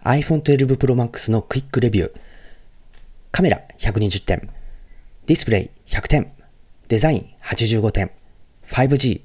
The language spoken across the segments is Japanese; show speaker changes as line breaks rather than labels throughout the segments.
iPhone 12 Pro Max のクイックレビュー。カメラ120点、ディスプレイ100点、デザイン85点、5G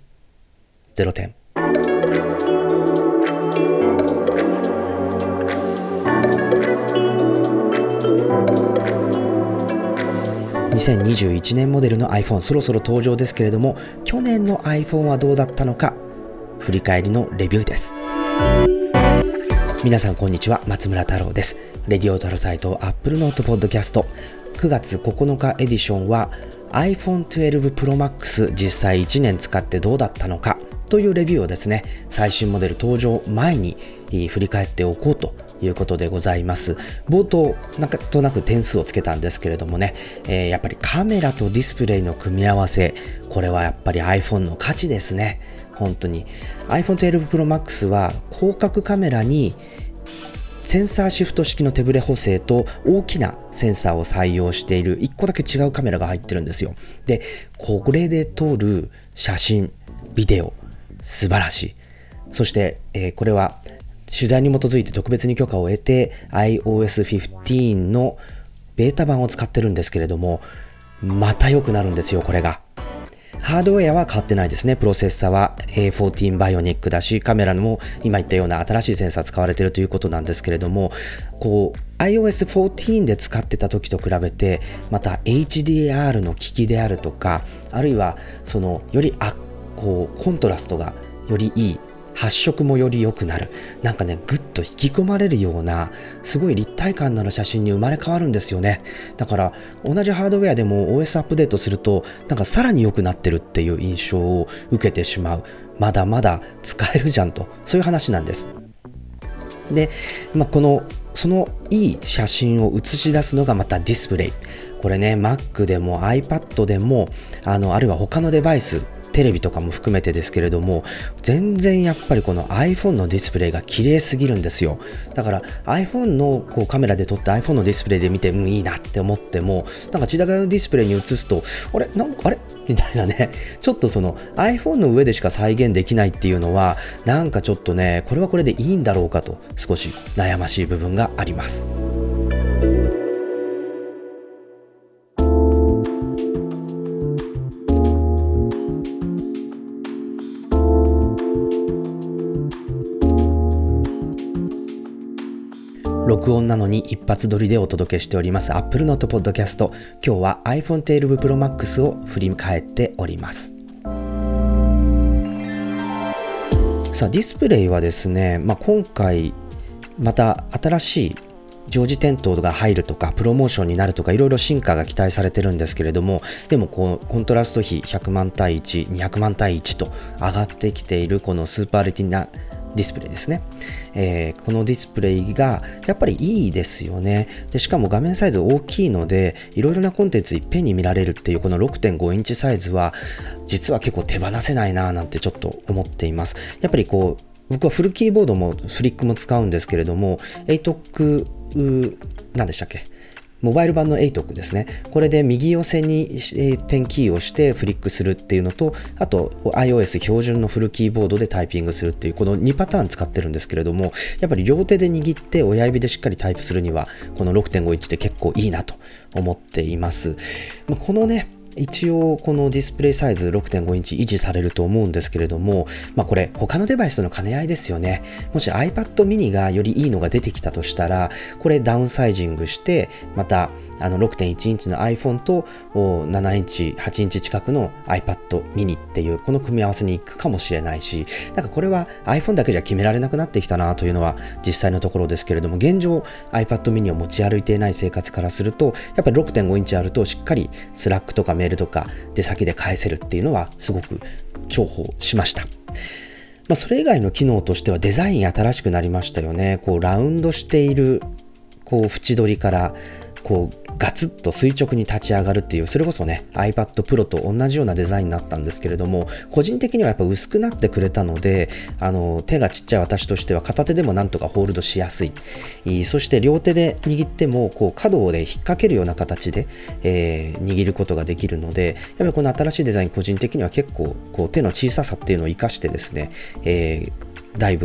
0点。2021年モデルの iPhone そろそろ登場ですけれども、去年の iPhone はどうだったのか、振り返りのレビューです。皆さんこんにちは、松村太郎です。レディオタルサイト Apple Note Podcast 9月9日エディションは iPhone 12 Pro Max 実際1年使ってどうだったのかというレビューをですね、最新モデル登場前に振り返っておこうということでございます。冒頭なんとなく点数をつけたんですけれどもね、やっぱりカメラとディスプレイの組み合わせ、これはやっぱり iPhone の価値ですね。本当に iPhone 12 Pro Max は広角カメラにセンサーシフト式の手ブレ補正と大きなセンサーを採用している1個だけ違うカメラが入ってるんですよ。で、これで撮る写真、ビデオ素晴らしい。そして、これは取材に基づいて特別に許可を得て iOS15 のベータ版を使ってるんですけれども、また良くなるんですよ。これがハードウェアは変わってないですね。プロセッサは A14 バイオニックだし、カメラも今言ったような新しいセンサー使われているということなんですけれども、iOS14 で使ってた時と比べて、また HDR の効きであるとか、あるいはよりコントラストがよりいい、発色もより良くなる、なんかね、ぐっと引き込まれるようなすごい立体感のある写真に生まれ変わるんですよね。だから同じハードウェアでも OS アップデートするとなんかさらに良くなってるっていう印象を受けてしまう。まだまだ使えるじゃんと、そういう話なんです。で、そのいい写真を写し出すのがまたディスプレイ。これね、 Mac でも iPad でもあるいは他のデバイス、テレビとかも含めてですけれども、全然やっぱりこの iPhone のディスプレイが綺麗すぎるんですよ。だから iPhone のカメラで撮って iPhone のディスプレイで見ていいなって思っても、なんか違うディスプレイに映すとあれみたいなね、ちょっとiPhone の上でしか再現できないっていうのは、なんかちょっとね、これはこれでいいんだろうかと少し悩ましい部分があります。録音なのに一発撮りでお届けしております Apple Note Podcast。 今日は iPhone 12 Pro Max を振り返っております。さあ、ディスプレイはですね、今回また新しい常時点灯が入るとかプロモーションになるとか、いろいろ進化が期待されてるんですけれども、でもコントラスト比100万対1、200万対1と上がってきているこのスーパーレティナディスプレイですね。このディスプレイがやっぱりいいですよね。で、しかも画面サイズ大きいので、いろいろなコンテンツいっぺんに見られるっていうこの 6.5 インチサイズは実は結構手放せないななんてちょっと思っています。やっぱり僕はフルキーボードもフリックも使うんですけれども、ATOC 何でしたっけ、モバイル版の ATOC ですね。これで右寄せに点キーをしてフリックするっていうのと、あと iOS 標準のフルキーボードでタイピングするっていう、この2パターン使ってるんですけれども、やっぱり両手で握って親指でしっかりタイプするにはこの 6.5 インチで結構いいなと思っています。このね、一応このディスプレイサイズ 6.5 インチ維持されると思うんですけれども、これ他のデバイスとの兼ね合いですよね。もし iPad mini がよりいいのが出てきたとしたら、これダウンサイジングして、また6.1 インチの iPhone と7インチ8インチ近くの iPad mini っていうこの組み合わせに行くかもしれないし、なんかこれは iPhone だけじゃ決められなくなってきたなというのは実際のところですけれども、現状 iPad mini を持ち歩いていない生活からすると、やっぱり 6.5 インチあるとしっかりスラックとかメールとか出先で返せるっていうのはすごく重宝しました。それ以外の機能としてはデザイン新しくなりましたよね。ラウンドしている縁取りからガツッと垂直に立ち上がるっていう、それこそね iPad Pro と同じようなデザインになったんですけれども、個人的にはやっぱ薄くなってくれたので、手がちっちゃい私としては片手でもなんとかホールドしやすい、そして両手で握っても角で引っ掛けるような形で、握ることができるので、やっぱりこの新しいデザイン、個人的には結構手の小ささっていうのを生かしてですね、だいぶ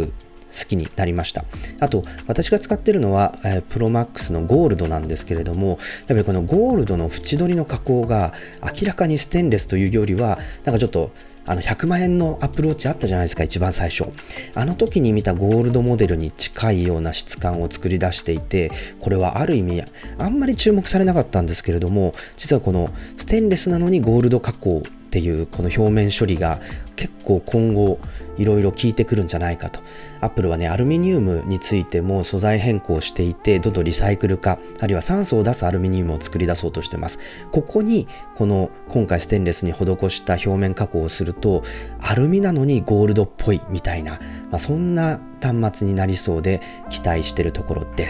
好きになりました。あと私が使っているのは、プロマックスのゴールドなんですけれども、やっぱりこのゴールドの縁取りの加工が明らかにステンレスというよりはなんかちょっと100万円のアップルウォッチあったじゃないですか、一番最初。あの時に見たゴールドモデルに近いような質感を作り出していて、これはある意味あんまり注目されなかったんですけれども、実はこのステンレスなのにゴールド加工っていうこの表面処理が結構今後いろいろ効いてくるんじゃないかと。アップルはね、アルミニウムについても素材変更していて、どんどんリサイクル化、あるいは酸素を出すアルミニウムを作り出そうとしてます。ここにこの今回ステンレスに施した表面加工をすると、アルミなのにゴールドっぽいみたいな、そんな端末になりそうで期待しているところです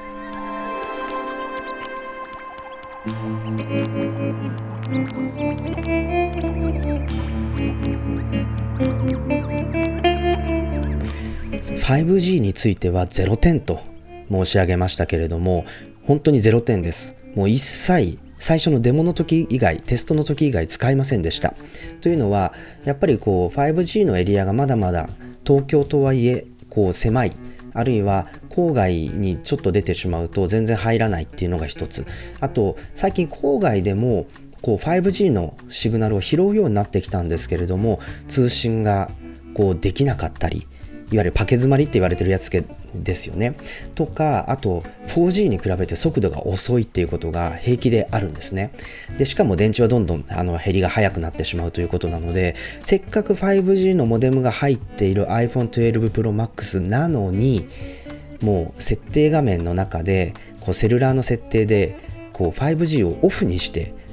。5G については0点と申し上げましたけれども、本当に0点です。もう一切最初のデモの時以外、テストの時以外使いませんでした。というのはやっぱり5G のエリアがまだまだ東京とはいえ狭い、あるいは郊外にちょっと出てしまうと全然入らないっていうのが一つ。あと最近郊外でも5G のシグナルを拾うようになってきたんですけれども、通信ができなかったり、いわゆるパケ詰まりって言われてるやつですよね。とか、あと 4G に比べて速度が遅いっていうことが平気であるんですね。でしかも電池はどんどん減りが早くなってしまうということなので、せっかく 5G のモデムが入っている iPhone 12 Pro Max なのに、もう設定画面の中でセルラーの設定で5G をオフにして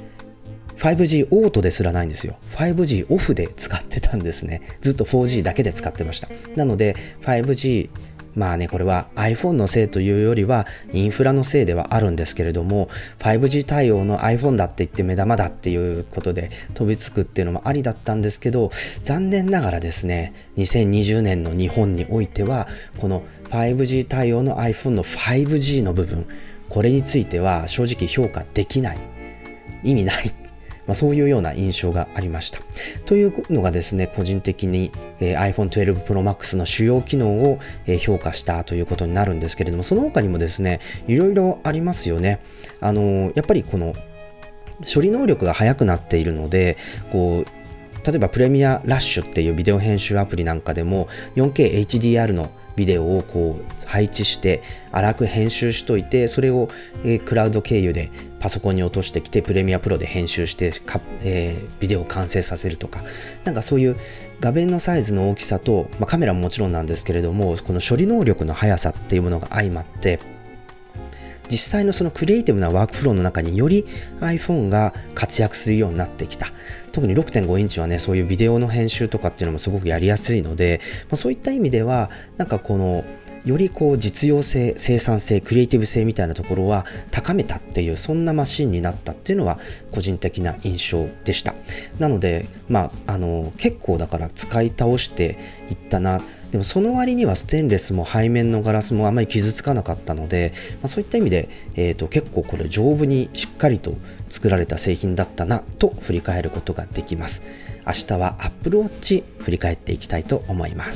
、5G オートですらないんですよ。5G オフで使ってたんですね。ずっと 4G だけで使ってました。なので 5G、これは iPhone のせいというよりはインフラのせいではあるんですけれども、 5G 対応の iPhone だって言って目玉だっていうことで飛びつくっていうのもありだったんですけど、残念ながらですね、2020年の日本においてはこの 5G 対応の iPhone の 5G の部分、これについては正直評価できない、意味ない、そういうような印象がありました。というのがですね、個人的に、iPhone 12 Pro Max の主要機能を、評価したということになるんですけれども、その他にもですね、いろいろありますよね。やっぱりこの処理能力が速くなっているので、例えばプレミアラッシュっていうビデオ編集アプリなんかでも 4K HDR のビデオを配置して粗く編集しといて、それを、クラウド経由でパソコンに落としてきてプレミアプロで編集してビデオを完成させるとか、なんかそういう画面のサイズの大きさと、カメラももちろんなんですけれども、この処理能力の速さっていうものが相まって、実際のそのクリエイティブなワークフローの中により iPhone が活躍するようになってきた。特に 6.5 インチはね、そういうビデオの編集とかっていうのもすごくやりやすいので、そういった意味ではなんかより実用性、生産性、クリエイティブ性みたいなところは高めたっていう、そんなマシンになったっていうのは個人的な印象でした。なので結構だから使い倒していったな。でもその割にはステンレスも背面のガラスもあまり傷つかなかったので、そういった意味で、結構これ丈夫にしっかりと作られた製品だったなと振り返ることができます。明日は Apple Watch 振り返っていきたいと思います。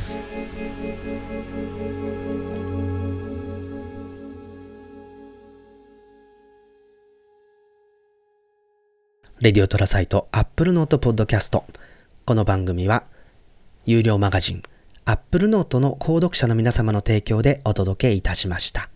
レディオトラサイト Apple Note Podcast。この番組は有料マガジンApple Note の購読者の皆様の提供でお届けいたしました。